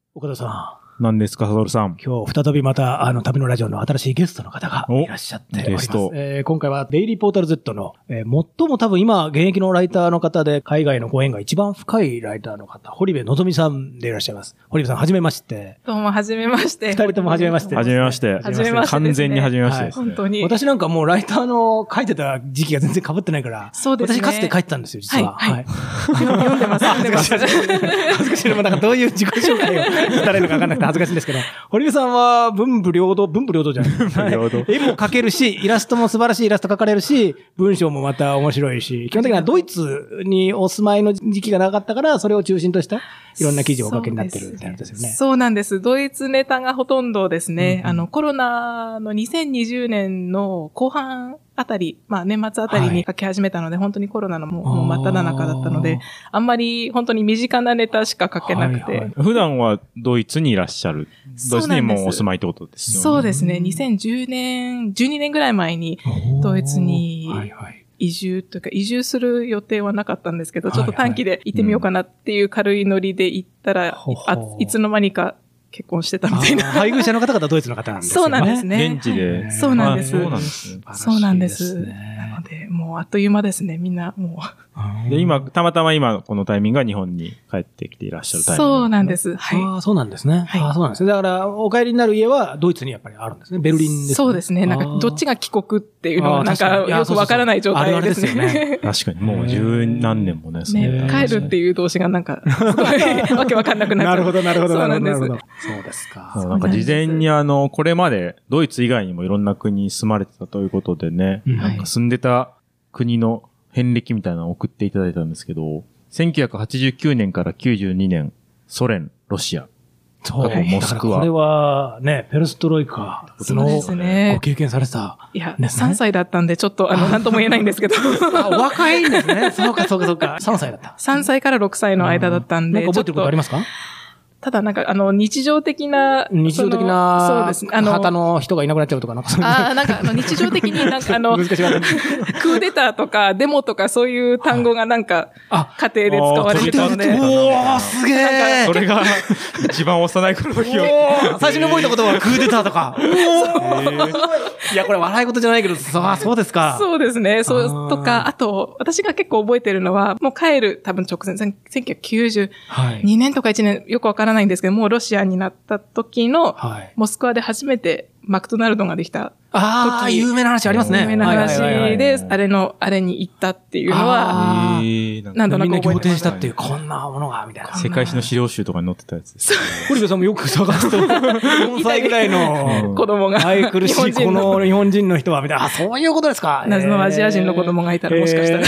岡田さん。何ですか、サドルさん。 今日再びまた旅のラジオの新しいゲストの方がいらっしゃっております。ゲスト。今回はデイリーポータル Z の、最も多分今現役のライターの方で海外のご縁が一番深いライターの方、堀部のぞみさんでいらっしゃいます。堀部さん、はじめまして。 どうも、はじめまして。 二人ともはじめまして。 はじめまして。 はじめまして。 完全にはじめましてです、 ね。本当に。 私なんかもうライターの書いてた時期が全然被ってないから、 そうですね。 私かつて書いてたんですよ、実は。 はい。読んでます、読んでます。 恥ずかしい。なんかどういう自己紹介をされるのか分かんなくて恥ずかしいんですけど、堀部さんは文武両道じゃない。絵も描けるし、イラストも素晴らしいイラスト描かれるし、文章もまた面白いし、基本的にはドイツにお住まいの時期がなかったから、それを中心としたいろんな記事をお書きになってるみたいなですよね。 そうなんです。ドイツネタがほとんどですね、コロナの2020年の後半あたり、年末あたりに書き始めたので、本当にコロナのもう真っ只中だったので、あんまり本当に身近なネタしか書けなくて。 普段はドイツにいらっしゃる。ドイツにもお住まいってことですよね。 そうですね。12年ぐらい前にドイツに移住する予定はなかったんですけど、ちょっと短期で行ってみようかなっていう軽いノリで行ったら、いつの間にか結婚してたみたいな。 配偶者の方々ドイツの方なんですね。 そうなんですね。 現地で。 そうなんです。 そうなんですね。 そうなんです。なので、もうあっという間ですね、みんなもう。 で、たまたまこのタイミングが日本に帰ってきていらっしゃるタイミング。 そうなんです。はい。 そうなんですね。はい。そうなんですね。だから、お帰りになる家はドイツにやっぱりあるんですね。ベルリンですね。 そうですね。なんか、どっちが帰国っていうのは、なんか、よくわからない状態ですね。 確かに、もう十何年もね。 帰るっていう動詞がなんか、すごい、わけわかんなくなっちゃう。 なるほど、なるほど。 そうなんです。 そうですか。 なんか事前にこれまでドイツ以外にもいろんな国に住まれてたということでね、なんか住んでた国の遍歴みたいなのを送っていただいたんですけど、1989年から92年、ソ連、ロシア。モスクワ。 これはね、ペルストロイカのご経験されてた。 いや、3歳だったんで、ちょっとなんとも言えないんですけど。 若いんですね。そうか。3歳だった。 3歳から6歳の間だったんで。 なんか覚えてることありますか？ ただなんか日常的な、 そうですね。旗の人がいなくなっちゃうとかなんかそういう。 なんか日常的になんか難しいクーデターとかデモとかそういう単語がなんか家庭で使われてたので。 おー、すげえ。 それが一番幼い頃の記憶。 最初に覚えたことはクーデターとか。いや、これ笑い事じゃないけど、そうですか。 そうですね。そうとか、あと、私が結構覚えてるのは、もう帰る多分直前、1992年とか1年よくわからないんですけど、もうロシアになった時の、モスクワで初めてマクドナルドができた時。 有名な話ありますね。 有名な話で、あれに行ったっていうのは、 なんとなく覚えてます。みんな仰天したっていう、こんなものが、みたいな。 世界史の資料集とかに載ってたやつです。 堀部さんもよく探すと、4歳ぐらいの子供が。 愛くるしい、この日本人の人は、みたいな。そういうことですか。 謎のアジア人の子供がいたら、もしかしたら。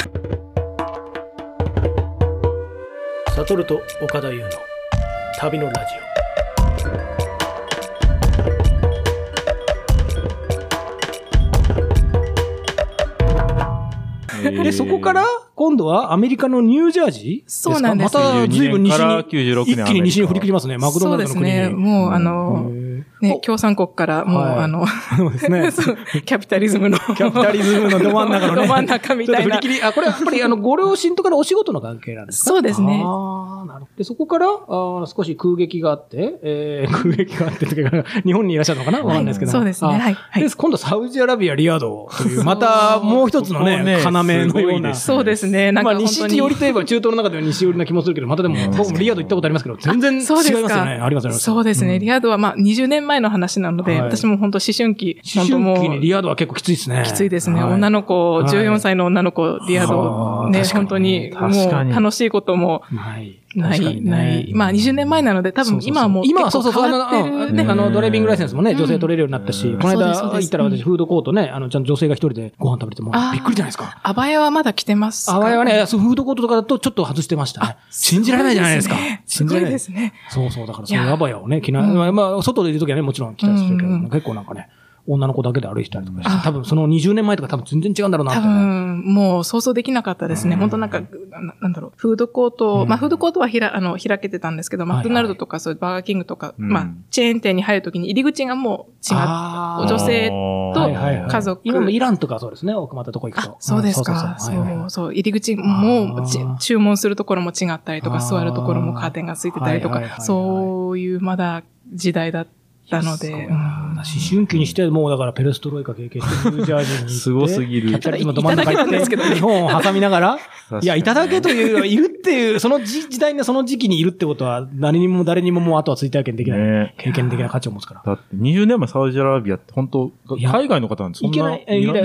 サトルと岡田優の旅のラジオ。で、そこから今度はアメリカのニュージャージーですか？ そうなんです。 また随分西に、 一気に西に振り切りますね。マクドナルドの国に。 そうですね。もう共産国からもうそうですね。 キャピタリズムのど真ん中のね。 ど真ん中みたいな。 これやっぱりご両親とかのお仕事の関係なんですか？ そうですね。 なるほど。で、そこから少し空撃があって、日本にいらっしゃるのかな？わかんないですけど。 そうですね。はい。 で、今度サウジアラビア、リヤドという、またもう一つのね、要のような。 そうですね。なんか西寄りといえば中東の中では西寄りな気もするけど、またでも、僕もリヤド行ったことありますけど、全然違いますよね。あります。 そうですね。リヤドは20年前の話なので、私も本当思春期にリヤドは結構きついですね。 きついですね。女の子、14歳の女の子、リヤド、ね、本当に、もう楽しいことも、ない。20年前なので、多分今はもう結構変わってるね。 ドライビングライセンスもね、女性取れるようになったし、この間行ったら私、フードコートね、ちゃんと女性が一人でご飯食べても、びっくりじゃないですか。 アバヤはまだ着てますか？ アバヤはね、フードコートとかだとちょっと外してましたね。信じられないじゃないですか。 信じられないですね。 そう、だからそういうアバヤをね、着ない。外でいるときはね、もちろん着たりするけど、結構なんかね、 女の子だけで歩いてたりとかして、多分その20年前とか多分全然違うんだろうなって。 多分、もう想像できなかったですね。本当なんか、なんだろう、フードコート、まあフードコートは開けてたんですけど、マクドナルドとかそういうバーガーキングとか、まあチェーン店に入るときに入り口がもう違う。女性と家族。 今もイランとかそうですね、奥またとこ行くと。 そうですか。そう、入り口も注文するところも違ったりとか、座るところもカーテンがついてたりとか、そういうまだ時代だったので。 思春期にしてもうだからペレストロイカ経験してニュージャージーに行って。 すごすぎる。 キャピタリズムのど真ん中行って、日本を挟みながら、いや、いただけという、いるっていう、その時代のその時期にいるってことは、誰にももうあとは追体験できない、経験的な価値を持つから。 だって20年前サウジアラビアって本当、海外の方なんですいけない。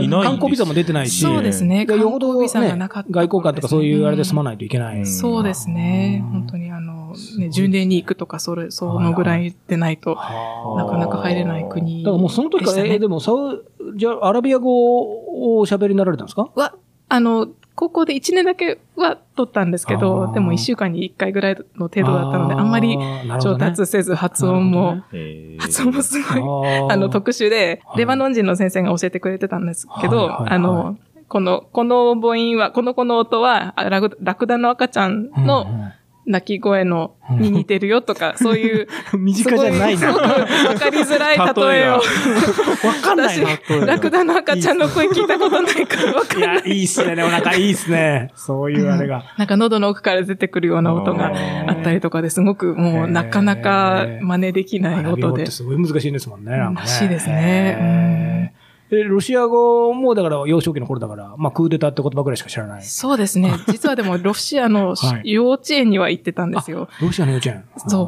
観光ビザも出てないし。 そうですね。 よほど外交官とかそういうあれで済まないといけない。 そうですね。本当に巡礼に行くとか、そのぐらいでないと、なかなか入れない国。 だからもうその時から、でもアラビア語を喋りになられたんですか？ 高校で1年だけは取ったんですけど、でも1週間に1回ぐらいの程度だったので、あんまり上達せず、発音もすごい、特殊で、レバノン人の先生が教えてくれてたんですけど、この母音は、この子の音は、ラクダの赤ちゃんの鳴き声に似てるよとか、そういう、 身近じゃないすごくわかりづらい例えを。わかんないな。 ラクダの赤ちゃんの声聞いたことないからわかんない。 いや、いいっすね。お腹いいっすね。そういうあれが。 なんか喉の奥から出てくるような音があったりとかですごくもうなかなか真似できない音で。 すごい難しいんですもんね。 らしいですね。 ロシア語もだから幼少期の頃だから、まあクーデターって言葉ぐらいしか知らない。 そうですね。実はでもロシアの幼稚園には行ってたんですよ。 ロシアの幼稚園？ そう、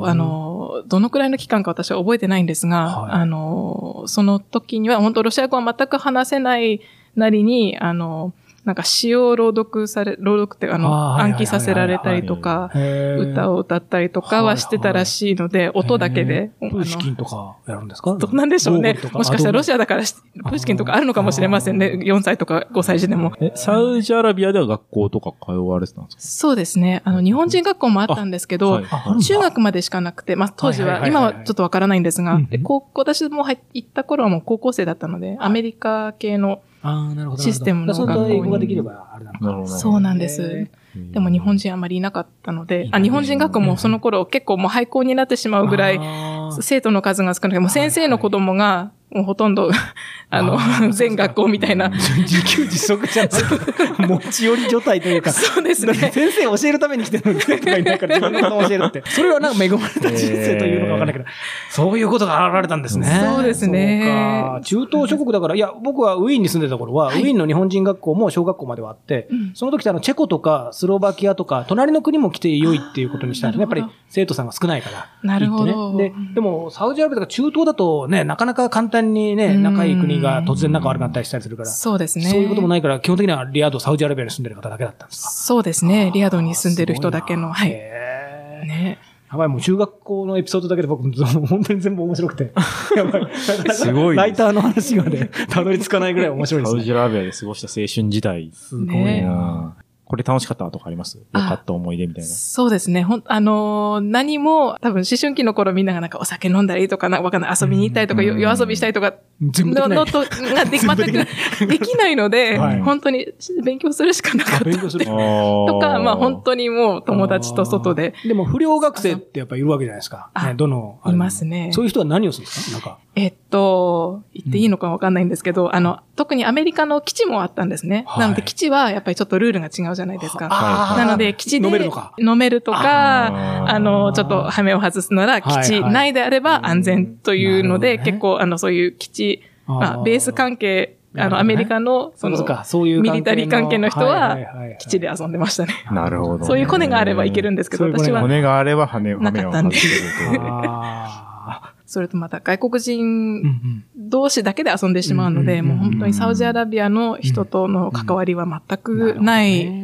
どのくらいの期間か私は覚えてないんですが、その時には本当ロシア語は全く話せないなりに、なんか詩を朗読って暗記させられたりとか、歌を歌ったりとかはしてたらしいので、音だけで。 プーシキンとかやるんですか？ どうなんでしょうね。もしかしたらロシアだからプーシキンとかあるのかもしれませんね。4歳とか5歳児でも。 サウジアラビアでは学校とか通われてたんですか？ そうですね。日本人学校もあったんですけど、中学までしかなくて、まあ当時は、今はちょっとわからないんですが、私も行った頃はもう高校生だったので、アメリカ系のシステムの学校に。 英語ができればあれなのか。 そうなんです。でも日本人あまりいなかったので、日本人学校もその頃結構もう廃校になってしまうぐらい、生徒の数が少なくて、もう先生の子供が、もうほとんど、全学校みたいな。 自給自足じゃない。持ち寄り状態というか。 そうですね。 先生教えるために来てるのに生徒がいないから自分の子供教えるって。それはなんか恵まれた人生というのかわかんないけど、そういうことが現れたんですね。 そうですね。 中東諸国だから、いや、僕はウィーンに住んでた頃は、ウィーンの日本人学校も小学校まではあって、その時チェコとかスロバキアとか、隣の国も来て良いっていうことにしたんですね。やっぱり生徒さんが少ないから。 なるほど。 でも、サウジアラビアとか中東だとね、なかなか簡単にね、仲いい国が突然仲悪くなったりしたりするから。 そうですね。 そういうこともないから、基本的にはリヤド、サウジアラビアに住んでる方だけだったんですか？ そうですね。リヤドに住んでる人だけの。はい。ね。 やばい、もう中学校のエピソードだけで僕、本当に全部面白くて。やばい。 すごい。 ライターの話までたどり着かないぐらい面白いですね。 サウジアラビアで過ごした青春時代。 すごいな。 これ楽しかったとかあります？よかった思い出みたいな。 そうですね。何も、多分思春期の頃みんながなんかお酒飲んだりとか、わかんない、遊びに行ったりとか、夜遊びしたりとか、全くできないので、本当に勉強するしかなかった。勉強する。とか、まあ本当にもう友達と外で。 でも不良学生ってやっぱいるわけじゃないですか。 いますね。 そういう人は何をするんですか？なんか。 言っていいのかわかんないんですけど、特にアメリカの基地もあったんですね。なので基地はやっぱりちょっとルールが違うじゃないですか。なので基地で飲めるとか、ちょっと羽目を外すなら基地内であれば安全というので、結構そういう基地、ベース関係、アメリカの、ミリタリー関係の人は、基地で遊んでましたね。 なるほど。 そういうコネがあればいけるんですけど、私は。 コネがあれば羽目を外せる。 それとまた外国人同士だけで遊んでしまうので、もう本当にサウジアラビアの人との関わりは全くない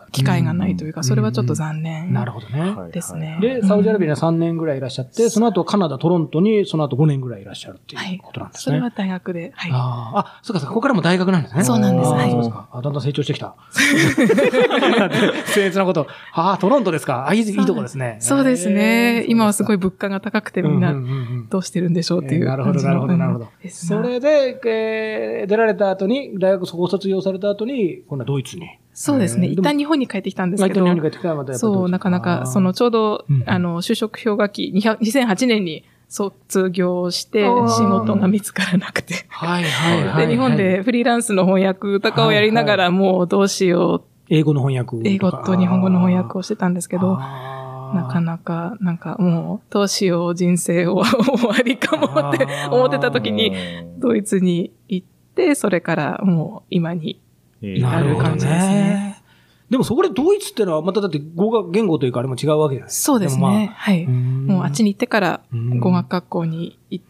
機会がないというか、それはちょっと残念。 なるほどね。 ですね。 で、サウジアラビアには3年ぐらいいらっしゃって、その後カナダ、トロントにその後5年ぐらいいらっしゃるっていうことなんですね。 それは大学で。はい。 あ、そうか、ここからも大学なんですね。 そうなんです。はい。 そうですか。だんだん成長してきた。僭越なこと。トロントですか。いいとこですね。 そうですね。今はすごい物価が高くてみんなどうしてるんでしょうっていう。 なるほど、なるほど、なるほど。それで、出られた後に、大学そこを卒業された後に、今度はドイツに。 そうですね。一旦日本に帰ってきたんですけど。そう、なかなか、ちょうど、就職氷河期、2008年に卒業して、仕事が見つからなくて。 はいはい。 で、日本でフリーランスの翻訳とかをやりながら、もうどうしよう。 英語の翻訳。 英語と日本語の翻訳をしてたんですけど、なかなか、もう、どうしよう、人生を終わりかもって思ってた時に、ドイツに行って、それからもう今に至る感じですね。 でもそこでドイツってのは、まただって言語というかあれも違うわけじゃないですか。 そうですね。はい。もうあっちに行ってから語学学校に行って、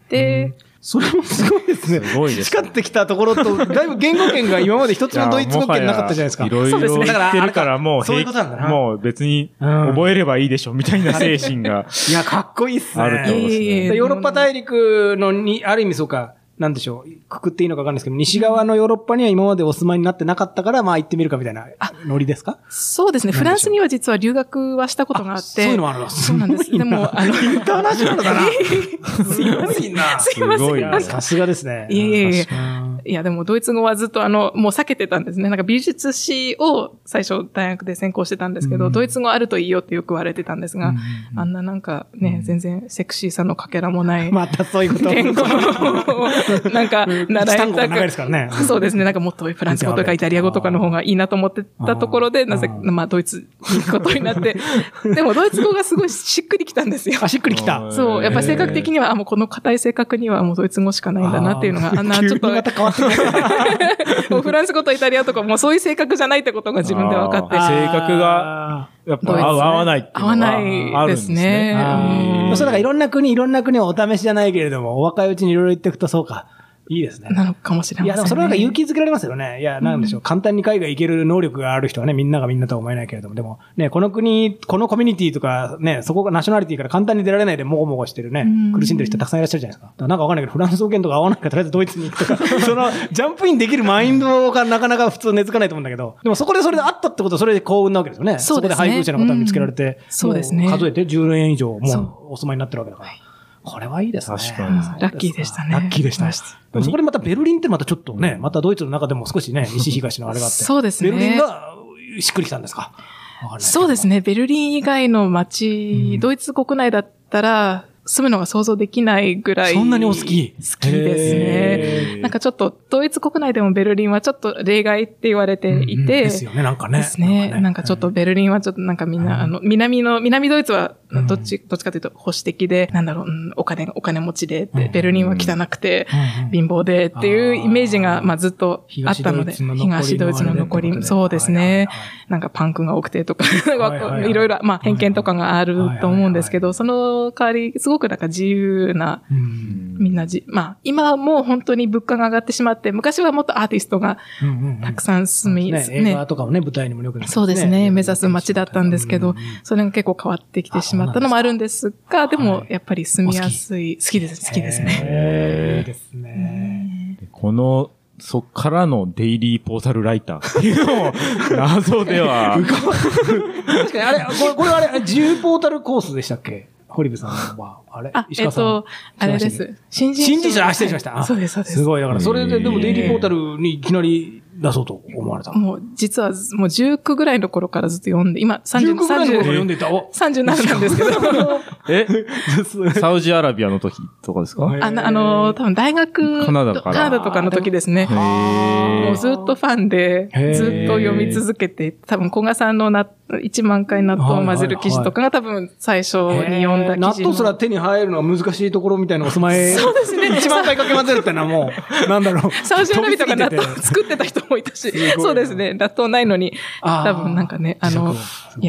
それもすごいですね。 すごいです。 培ってきたところと、だいぶ言語圏が今まで一つもドイツ語圏なかったじゃないですか。 いろいろ言ってるからもう、 そういうことなんだな。 もう別に覚えればいいでしょみたいな精神が。 いや、かっこいいっすね。 あると思いますね。 ヨーロッパ大陸のある意味そうか、なんでしょう、くくっていいのかわかんないですけど、西側のヨーロッパには今までお住まいになってなかったから、まあ行ってみるかみたいなノリですか？ そうですね。フランスには実は留学はしたことがあって。 そういうのもあるわ。 そうなんです。でも、 インターナショナルだな。すごいな。 すいません。 さすがですね。 いや、でもドイツ語はずっともう避けてたんですね。なんか美術史を最初大学で専攻してたんですけど、ドイツ語あるといいよってよく言われてたんですが、あんななんかね、全然セクシーさのかけらもない。 またそういうこと。 言語なんか、習いたく。ですからね。 そうですね。なんかもっとフランス語とかイタリア語とかの方がいいなと思ってたところで、なぜ、まあドイツに行くことになって。でもドイツ語がすごいしっくりきたんですよ。 しっくりきた。 そう。やっぱり性格的には、もうこの硬い性格にはもうドイツ語しかないんだなっていうのが、あんなちょっと。 また変わってくる。 もうフランス語とイタリアとかもうそういう性格じゃないってことが自分で分かって。 性格が、やっぱ合わないっていうのは合わないですね。 そうだからいろんな国をお試しじゃないけれども、お若いうちにいろいろ言っていくとそうか。いいですね。 なのかもしれませんね。 いや、でもそれなんか勇気づけられますよね。いや、なんでしょう。簡単に海外行ける能力がある人はね、みんながみんなとは思えないけれども、でも、ね、この国、このコミュニティとか、ね、そこがナショナリティから簡単に出られないでもごもごしてるね、苦しんでる人たくさんいらっしゃるじゃないですか。だからなんかわかんないけど、フランス語圏とか合わないから、とりあえずドイツに行くとか、その、ジャンプインできるマインドがなかなか普通根付かないと思うんだけど、でもそこでそれであったってことはそれで幸運なわけですよね。 そうですね。 そこで配偶者の方を見つけられて、 そうですね。 数えて10年以上もうお住まいになってるわけだから。これはいいですね。 確かに。 ラッキーでしたね。 ラッキーでした。でもそこでまたベルリンってまたちょっとね、またドイツの中でも少しね、西東のあれがあって。 そうですね。 ベルリンがしっくりきたんですか？ そうですね。ベルリン以外の街、ドイツ国内だったら、住むのが想像できないぐらい。 そんなにお好き？ 好きですね。なんかちょっと、ドイツ国内でもベルリンはちょっと例外って言われていて。 ですよね、なんかね。 ですね。なんかちょっとベルリンはちょっとなんかみんな、南ドイツはどっちかというと保守的で、なんだろう、お金持ちで、ベルリンは汚くて、貧乏でっていうイメージが、まあずっとあったので、東ドイツの残り、そうですね。なんかパンクが多くてとか、いろいろ、まあ偏見とかがあると思うんですけど、その代わり、すごくなんか自由な、みんなまあ今はもう本当に物価が上がってしまって、昔はもっとアーティストがたくさん住み、 映画とかもね、舞台にもよくなってそうですね、目指す街だったんですけど、それが結構変わってきてしまったのもあるんですが、でもやっぱり住みやすい、好きですね。 いいですね。 そっからのデイリーポータルライターっていうのも謎では。 確かに、あれ、これあれ、自由ポータルコースでしたっけ？堀部さんは、あれ石川さん。 あれです。 新人賞、失礼しました。 そうです、そうです。 すごい、だから、それで、でもデイリーポータルにいきなり出そうと思われた。 もう、実は、もう19ぐらいの頃からずっと読んで、今、 19ぐらいの頃から読んでた。 37なんですけど。 サウジアラビアの時とかですか？ 多分大学、 カナダとかの時ですね。もうずっとファンで、ずっと読み続けて、多分、古賀さんの1万回納豆を混ぜる記事とかが多分最初に読んだ記事。 納豆すら手に入るのが難しいところみたいなお住まい。 そうですね。 1万回かけ混ぜるってのはもう、なんだろう。 サウジアラビアとか納豆作ってた人もいたし、そうですね。納豆ないのに、多分なんかね、いや、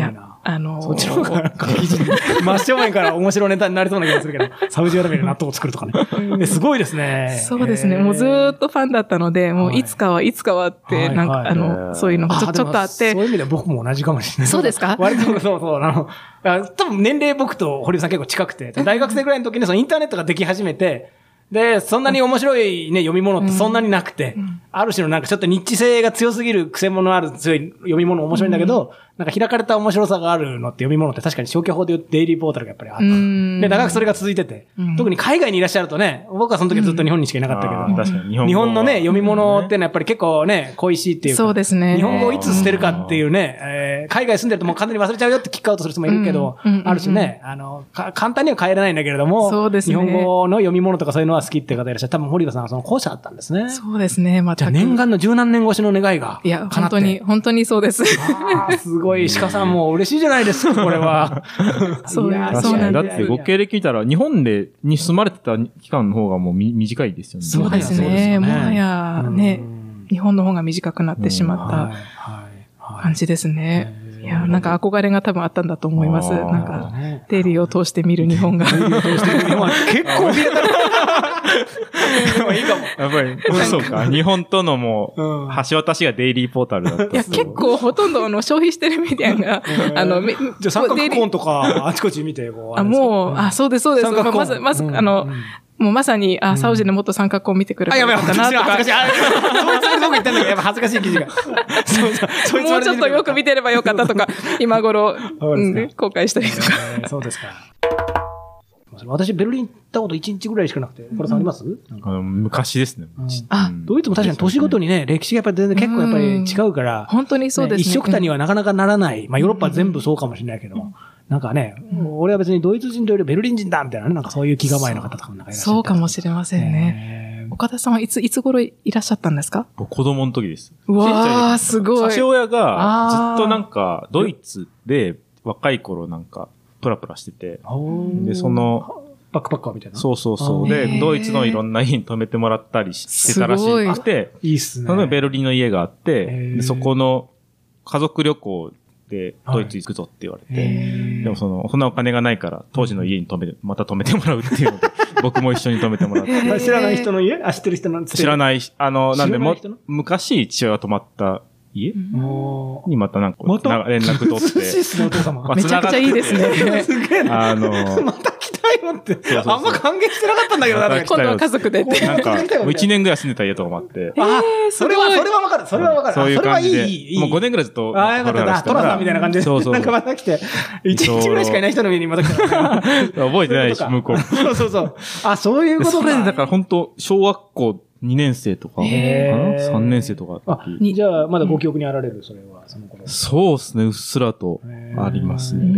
そっちの方がなんか、真正面から面白ネタになりそうな気がするけど、サウジアラビアで納豆を作るとかね。すごいですね。 そうですね。もうずーっとファンだったので、もういつかはって、なんか、そういうのがちょっとあって。 そういう意味では僕も同じかもしれない。 そうですか？ 割とそう、多分年齢僕と堀さん結構近くて、大学生ぐらいの時にそのインターネットができ始めて、で、そんなに面白いね、読み物ってそんなになくて、ある種のなんかちょっとニッチ性が強すぎる癖物ある強い読み物面白いんだけど、なんか開かれた面白さがあるのって読み物って確かに消去法で言うデイリーポータルがやっぱりあった。で、長くそれが続いてて、特に海外にいらっしゃるとね、僕はその時ずっと日本にしかいなかったけど、 確かに日本のね、読み物ってのはやっぱり結構ね、恋しいっていうか、 そうですね。 日本語をいつ捨てるかっていうね、海外住んでるともう完全に忘れちゃうよってキックアウトする人もいるけど、ある種ね、簡単には変えれないんだけれども、 そうですね。 日本語の読み物とかそういうのは好きって方いらっしゃる。多分堀田さんはその後者だったんですね。 そうですね。 じゃあ念願の十何年越しの願いが。 いや、本当にそうです。 すごい、鹿さんも嬉しいじゃないですか、これは。 そうなんです。 だってご経歴見たら、日本に住まれてた期間の方がもう短いですよね。 そうですね。もはやね、日本の方が短くなってしまった感じですね。いや、なんか憧れが多分あったんだと思います。なんか、デイリーを通して見る日本が。 デイリーを通して見る日本は結構見えたでもいいかも。 やっぱり、そうか。日本とのもう、橋渡しがデイリーポータルだった。 いや、結構ほとんど消費してるメディアが、 じゃあ三角コーンとかあちこち見て、 そうです、そうです。まず、もうまさに、サウジのもっと三角コーン見てくればよかったなとか。 そういうつもりで僕言ったんだけど、やっぱ恥ずかしい記事が。 もうちょっとよく見てればよかったとか、今頃、後悔したりとか。 そうですか。私、ベルリン行ったこと1日ぐらいしかなくて、これさんあります？ 昔ですね。 ドイツも確かに年ごとにね、歴史がやっぱり全然結構やっぱり違うから、 本当にそうですね。 一緒くたにはなかなかならない。まあヨーロッパは全部そうかもしれないけど、なんかね、俺は別にドイツ人というよりベルリン人だみたいなね、なんかそういう気構えの方とかもなんかいらっしゃる。 そうかもしれませんね。岡田さんはいつ頃いらっしゃったんですか？ 子供の時です。 うわー、すごい。 父親がずっとなんかドイツで若い頃なんかプラプラしてて、で、その、 バックパッカーみたいな。 そう。で、ドイツのいろんな家に泊めてもらったりしてたらしくて、 いいっすね。 そのベルリンの家があって、でそこの家族旅行でドイツ行くぞって言われて、でもそんなお金がないから当時の家にまた泊めてもらうっていうので、僕も一緒に泊めてもらって。 知らない人の家？知ってる人なんですか？ 知らない、なんで昔父親が泊まった家にまたなんか連絡取って。 優しいっすね、お父様。 めちゃくちゃいいですね。 すげえな。また来たいよって。あんま歓迎してなかったんだけどな、 今度は家族でって。 なんか、もう1年ぐらい住んでた家とかもあって。 それはわかる。それはわかる。 そういう感じで。 いい。 もう5年ぐらいずっと。 よかった。トラさんみたいな感じで。そう。なんかまた来て、1日ぐらいしかいない人の家にまた来た。 覚えてないし、向こう。 そう。そういうことか。 それでだから本当小学校2年生とか、3年生とか。 じゃあ、まだご記憶にあられる、それは、その頃。 そうですね、うっすらとありますね。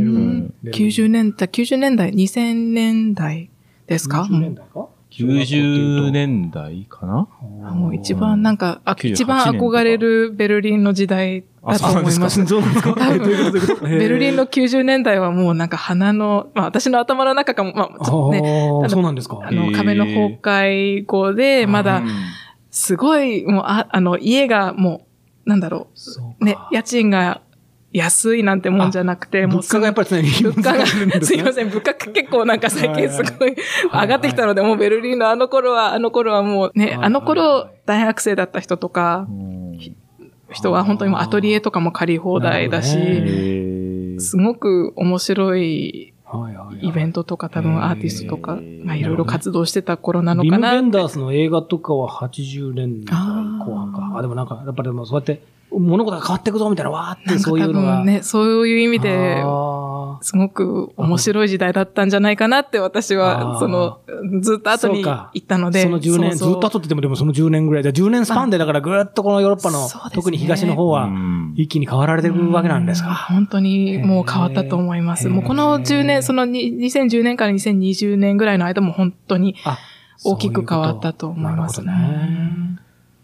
90年代、2000年代ですか？ 90年代か ？90年代かな？ もう一番なんか、一番憧れるベルリンの時代だと思います。 そうですか。 ベルリンの90年代はもうなんか私の頭の中かも、 そうなんですか。 壁の崩壊後で、まだ、すごい、もう、家がもう、なんだろう、ね、家賃が安いなんてもんじゃなくて、 もう物価がやっぱり常に物価が、すいません、物価結構なんか最近すごい上がってきたので、もうベルリンのあの頃はもうね、大学生だった人とか、人は本当にもうアトリエとかも借り放題だし、すごく面白いイベントとか多分アーティストとか、いろいろ活動してた頃なのかな。 ビム・ベンダースの映画とかは80年代後半か。でもなんか、やっぱりそうやって物事が変わっていくぞみたいな、わーってそういうのが。 ね、そういう意味で、すごく面白い時代だったんじゃないかなって私は、ずっと後に行ったので。 その10年、ずっと後って言ってもでもその10年ぐらいで、10年スパンでだからぐーっとこのヨーロッパの、特に東の方は一気に変わられていくわけなんですか。 本当にもう変わったと思います。もうこの10年、その2010年から2020年ぐらいの間も本当に大きく変わったと思いますね。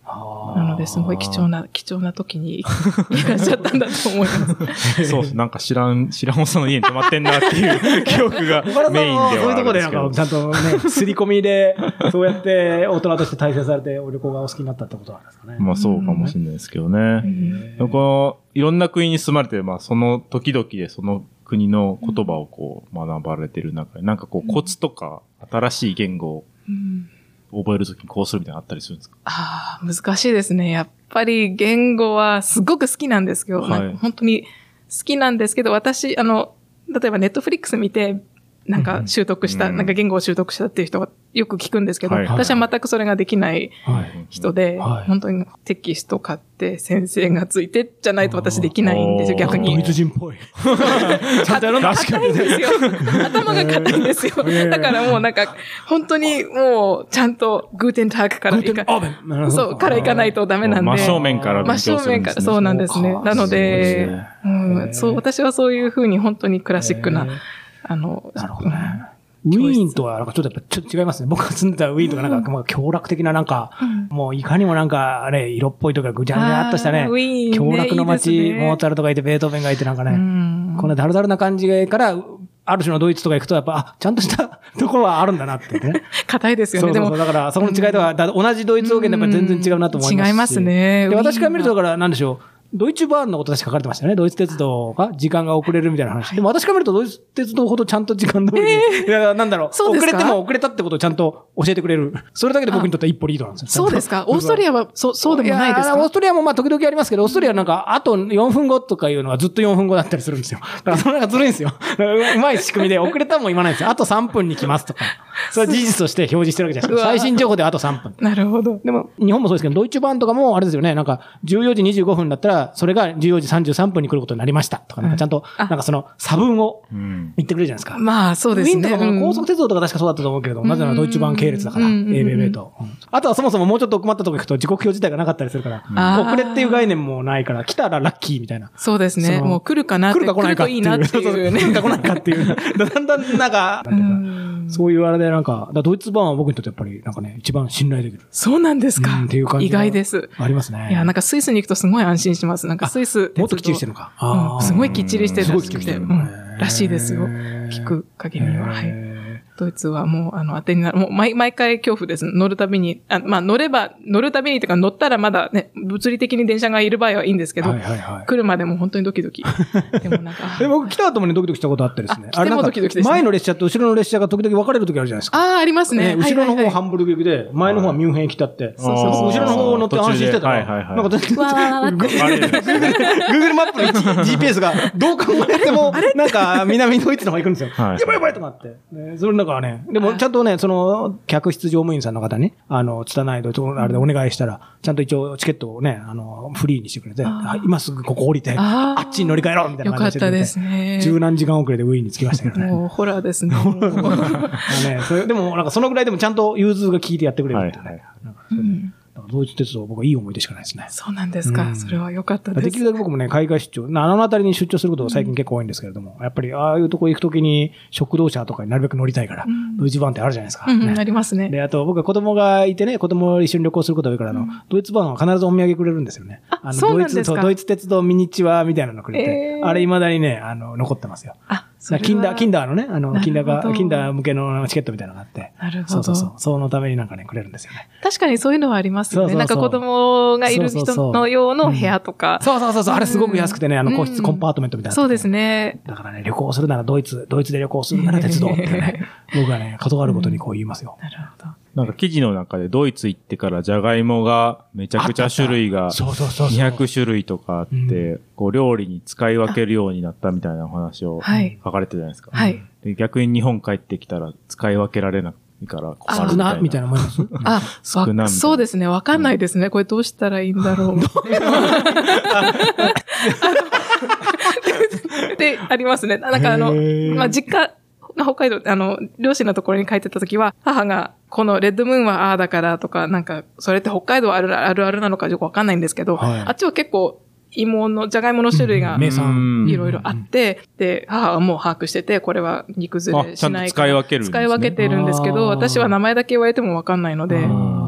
なので、すごい貴重な時にいらっしゃったんだと思います。 そう、なんか知らんおさんの家に泊まってんなっていう記憶がメインではあるんですけど。 そういうところでなんかちゃんとね、刷り込みで、そうやって大人として大成されて、旅行がお好きになったってことなんですかね。 まあそうかもしれないですけどね。いろんな国に住まれて、まあその時々でその国の言葉をこう学ばれてる中で、なんかこうコツとか新しい言語を覚えるときにこうするみたいなのあったりするんですか？ 難しいですね。やっぱり言語はすごく好きなんですけど、なんか本当に好きなんですけど、私、例えばネットフリックス見て、なんか習得した、なんか言語を習得したっていう人はよく聞くんですけど、私は全くそれができない人で、本当にテキスト買って先生がついてじゃないと私できないんですよ、逆に。 ドイツ人っぽい。 ちゃんとやるんだ。硬いんですよ。頭が硬いんですよ。だからもうなんか、本当にもうちゃんとグーテンタークから行かないとダメなんで。 真正面から勉強するんですね。 真正面から、そうなんですね。なので、そう、私はそういうふうに本当にクラシックな、 なるほどね。ウィーンとはなんかちょっとやっぱ違いますね。僕が住んでたウィーンとかなんか、まあ強楽的ななんか、もういかにもなんかね、色っぽいとかぐちゃぐちゃっとしたね、強楽の街、モーツァルトがいてベートーベンがいてなんかね、このダルダルな感じから、ある種のドイツとか行くとやっぱ、ちゃんとしたところはあるんだなってね。 硬いですよね。 そう、だからそこの違いとは、同じドイツ語圏でやっぱり全然違うなと思いますし。 違いますね。 で、私から見るとだからなんでしょう。ドイツバーンのこと確か書かれてましたよね。ドイツ鉄道が時間が遅れるみたいな話。でも私から見るとドイツ鉄道ほどちゃんと時間通りに。いや、なんだろう。遅れても遅れたってことをちゃんと教えてくれる。それだけで僕にとっては一歩リードなんですよ。 そうですか。オーストリアはそうでもないですか？ オーストリアもまあ時々ありますけど、オーストリアはなんかあと4分後とかいうのはずっと4分後だったりするんですよ。だからそれがずるいんですよ。うまい仕組みで遅れたも言わないんですよ。あと3分に来ますとか。それは事実として表示してるわけじゃないですか。最新情報であと3分。 なるほど。 でも日本もそうですけど、ドイツバーンとかもあれですよね。なんか14時25分だったら、それが14時33分に来ることになりましたとか、なんかちゃんと、なんかその差分を言ってくれるじゃないですか。 まあそうですね。 ウィーンとかも高速鉄道とか確かそうだったと思うけれども、なぜならドイツ版系列だから、ABB と。あとはそもそももうちょっと奥まったとこ行くと時刻表自体がなかったりするから、遅れっていう概念もないから、来たらラッキーみたいな。 そうですね。もう来るかなって。 来るか来ないかっていう。来るか来ないかっていう。だんだんなんか、そういうあれでなんか、ドイツ版は僕にとってやっぱりなんかね、一番信頼できる。 そうなんですか。 っていう感じ。 意外です。 ありますね。 いや、なんかスイスに行くとすごい安心します。なんかスイス。 もっときっちりしてるのか。 すごいきっちりしてるらしくて。らしいですよ。聞く限りには。はい。ドイツはもう、当てになる。もう、毎回恐怖です。乗るたびに。まあ、乗るたびにとか乗ったらまだね、物理的に電車がいる場合はいいんですけど、来るまでも本当にドキドキ。でもなんか。 僕来た後もね、ドキドキしたことあってですね。 来てもドキドキですね。 前の列車と後ろの列車が時々分かれる時あるじゃないですか。 ありますね。 後ろの方ハンブルグ行きで、前の方はミュンヘン行きだって。後ろの方乗って安心してたら、なんか全然、Google マップの GPS がどう考えても、なんか南ドイツの方行くんですよ。やばいやばいとなって。それなんかね、でもちゃんとね、その、客室乗務員さんの方に、拙いと、あれでお願いしたら、ちゃんと一応チケットをね、フリーにしてくれて、今すぐここ降りて、あっちに乗り換えろみたいな感じで。 よかったですね。 十何時間遅れでウィーンに着きましたけどね。 もう、ホラーですね。 でも、なんかそのぐらいでもちゃんと融通が効いてやってくれるってね。ドイツ鉄道、僕はいい思い出しかないですね。 そうなんですか。それは良かったです。 できるだけ僕もね、海外出張、あたりに出張することが最近結構多いんですけれども、やっぱりああいうとこ行くときに食堂車とかになるべく乗りたいから、ドイツ版ってあるじゃないですか。 ありますね。 で、あと僕は子供がいてね、子供を一緒に旅行することが多いから、ドイツ版は必ずお土産くれるんですよね。 そうなんですか。 ドイツ鉄道ミニチュアみたいなのくれて、あれ未だにね、残ってますよ。キンダーのね、キンダー向けのチケットみたいなのがあって。 なるほど。 そのためになんかね、くれるんですよね。 確かにそういうのはありますよね。なんか子供がいる人の用の部屋とか。 そう。あれすごく安くてね、個室コンパートメントみたいな。 そうですね。 だからね、旅行するならドイツで旅行するなら鉄道ってね、僕はね、断ることにこう言いますよ。 なるほど。 なんか記事の中でドイツ行ってからジャガイモがめちゃくちゃ種類が200種類とかあって、こう料理に使い分けるようになったみたいなお話を書かれてるじゃないですか。で逆に日本帰ってきたら使い分けられないから困るみたいな思います。 少なそうですね。わかんないですね。これどうしたらいいんだろう。で、ありますね。なんか実家、北海道、両親のところに帰ってた時は、母が、このレッドムーンはああだからとか、なんか、それって北海道あるあるなのかよくわかんないんですけど、あっちは結構、じゃがいもの種類が、いろいろあって、で、母はもう把握してて、これは煮崩れしないから。 使い分けるんですね。 使い分けてるんですけど、私は名前だけ言われてもわかんないので、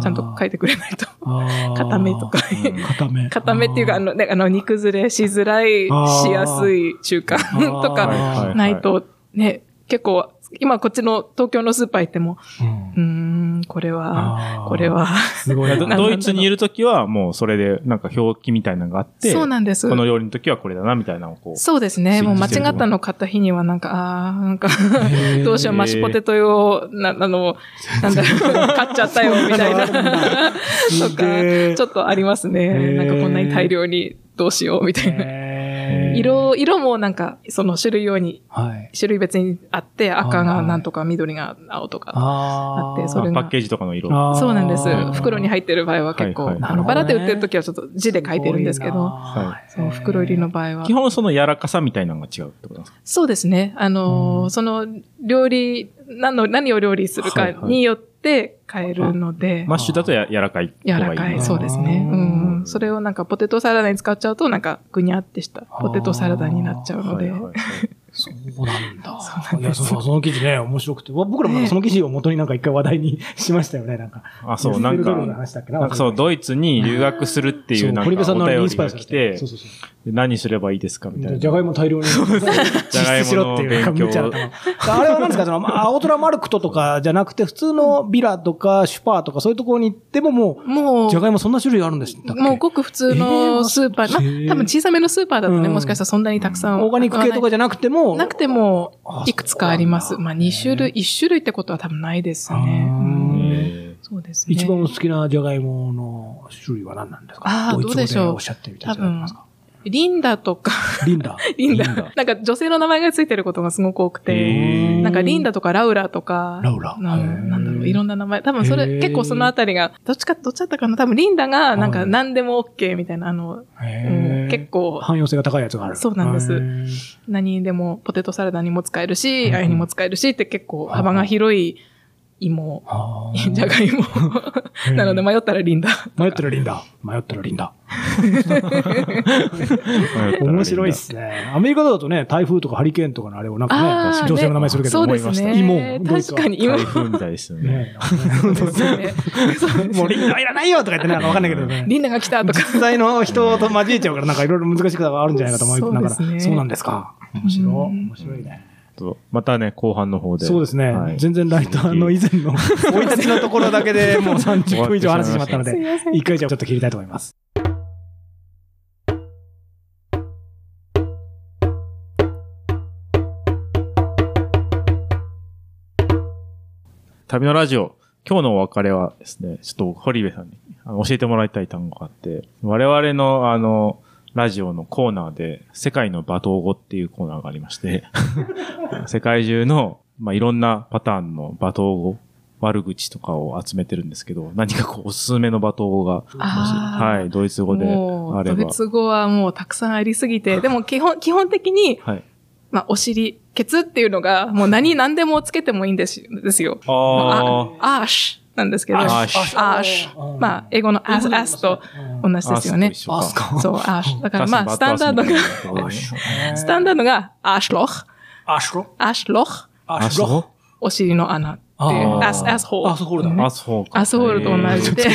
ちゃんと書いてくれないと。固めとか。固めっていうか、煮崩れしづらい、しやすい中間とか、ないと、ね、結構、今こっちの東京のスーパー行っても、これは、 すごい。ドイツにいるときはもうそれでなんか表記みたいなのがあって、 そうなんです。 この料理のときはこれだなみたいなのをこう。 そうですね。もう間違ったの買った日にはなんか、どうしよう、マッシュポテト用、買っちゃったよ、みたいな。とか、ちょっとありますね。なんかこんなに大量にどうしよう、みたいな。色もなんか、その種類用に、種類別にあって、赤がなんとか緑が青とかあって、それが。 パッケージとかの色。 そうなんです。袋に入ってる場合は結構、バラで売ってるときはちょっと字で書いてるんですけど、そう袋入りの場合は。 基本その柔らかさみたいなのが違うってことなんですか？ そうですね。その料理、何を料理するかによって変えるので。 マッシュだと柔らかい。 柔らかい、そうですね。それをなんかポテトサラダに使っちゃうとなんかぐにゃってしたポテトサラダになっちゃうので。 そうなんだ。いや、その記事ね、面白くて。僕らもその記事を元になんか一回話題にしましたよね、なんか。 そう、なんかそう、ドイツに留学するっていうなんかお便りが来て、何すればいいですかみたいな。 じゃがいも大量に。じゃがいもの勉強。あれは何ですか、青空マルクトとかじゃなくて、普通のビラとかシュパーとかそういうところに行ってももう、じゃがいもそんな種類あるんですか？ もうごく普通のスーパー、多分小さめのスーパーだとね、もしかしたらそんなにたくさん。 オーガニック系とかじゃなくても、 いくつかあります。2種類、1種類ってことは多分ないですね。そうですね。 一番好きなじゃがいもの種類は何なんですか？ どうでしょう。 おっしゃってみたいなますか？ リンダとか。リンダ。なんか女性の名前がついてることがすごく多くて、なんかリンダとかラウラとか、なんだろう、いろんな名前。多分それ、結構そのあたりが、どっちだったかな？多分リンダがなんか何でも OK みたいな、結構。 汎用性が高いやつがある。 そうなんです。何にでも、ポテトサラダにも使えるし、あれにも使えるしって結構幅が広い芋、じゃがいも。なので迷ったらリンダ。 迷ったらリンダ。面白いっすね。アメリカだとね、台風とかハリケーンとかのあれをなんかね、女性の名前するけど思いました。芋。 確かに芋。 台風みたいですよね。 もうリンダいらないよとか言ってね、わかんないけどね。 リンダが来たとか。 実際の人と交えちゃうからなんかいろいろ難しいことがあるんじゃないかと思いながら。そうなんですか。面白いね。 またね、後半の方で。 そうですね。全然ライターの以前の生い立ちのところだけでもう30分以上話してしまったので、一回じゃあちょっと切りたいと思います。 旅のラジオ、今日のお別れはですね、ちょっと堀部さんに教えてもらいたい単語があって、我々のラジオのコーナーで、世界の罵倒語っていうコーナーがありまして、世界中の、いろんなパターンの罵倒語、悪口とかを集めてるんですけど、何かおすすめの罵倒語が、はい、ドイツ語であれば。 ドイツ語はもうたくさんありすぎて、でも基本的に、お尻、ケツっていうのが、もう何でもつけてもいいんですよ。アーシュなんですけど、アーシュ。英語のアスと同じですよね。そう、アーシュ。だからスタンダードがアーシュロック。アーシュロック。お尻の穴っていう、アスホール。 アスホールだ。 アスホールと同じで。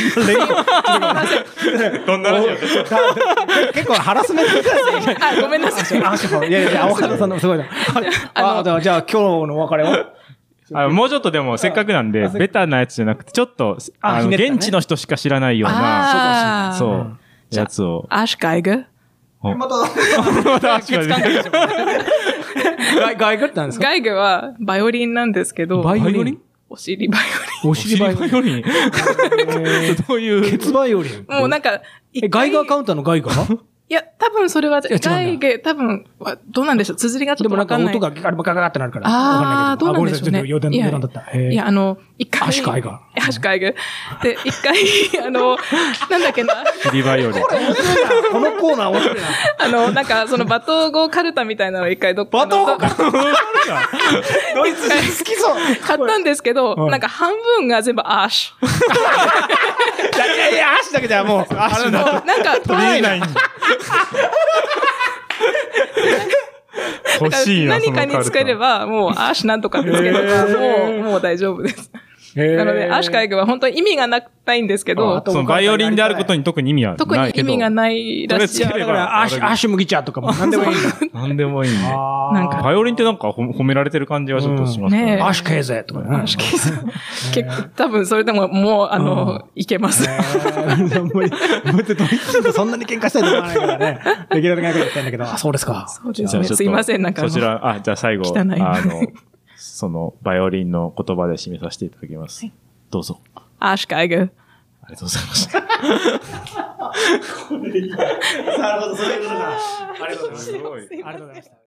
どんなラジオ結構ハラスメントですね。 ごめんなさい。 いや、岡田さんのすごいな。じゃあ今日のお別れはもうちょっとでもせっかくなんで、ベタなやつじゃなくて、ちょっと、現地の人しか知らないような、そう、やつを。 アシュガイグまたアシュガイグ。ガイグって何ですか？ ガイグはバイオリンなんですけど。 バイオリン？ お尻バイオリン。 お尻バイオリン。 どういう？ ケツバイオリン。 もうなんか、 ガイガーカウンターのガイガー？ いや、多分それは、ガイゲ、多分、どうなんでしょう、綴りがちょっとわかんない。 でもなんか音がガガってなるから。 どうなんでしょうね。 余談だった。 いや、一回。 アシュガイガー。 アシュガイグ。で、一回、なんだっけな。 シリバイオリン。 このコーナー面白いな。なんか、その、罵倒語カルタみたいなのを一回罵倒語カルタドイツ人好きそう。 買ったんですけど、なんか半分が全部アーシュ。 いや、アーシュだけじゃもう、アーシュだ。 なんか、 見えないんだ。 欲しいな、何かにつければ、もう、アーシュなんとか見つければ、もう大丈夫です。 なので、アシュカイグは本当に意味がないんですけど、 そのバイオリンであることに特に意味はないけど。 特に意味がないらしい。 だからアッシュ麦茶とかも何でもいいんだ。 何でもいいね。 なんかバイオリンってなんか褒められてる感じはちょっとしますね。 アッシュケーゼとかね。 アシュケーゼ。結構、多分それでももう、いけます。 そんなに喧嘩したいと思わないからね。できるだけ仲良くやったいんだけど、あ、そうですか。 そうですね。すいません、なんか。 そちら、じゃあ最後、 汚いその、バイオリンの言葉で締めさせていただきます。どうぞ。 アシュカイグ。 ありがとうございました。 なるほど、そういうことか。ありがとうございます。ありがとうございました。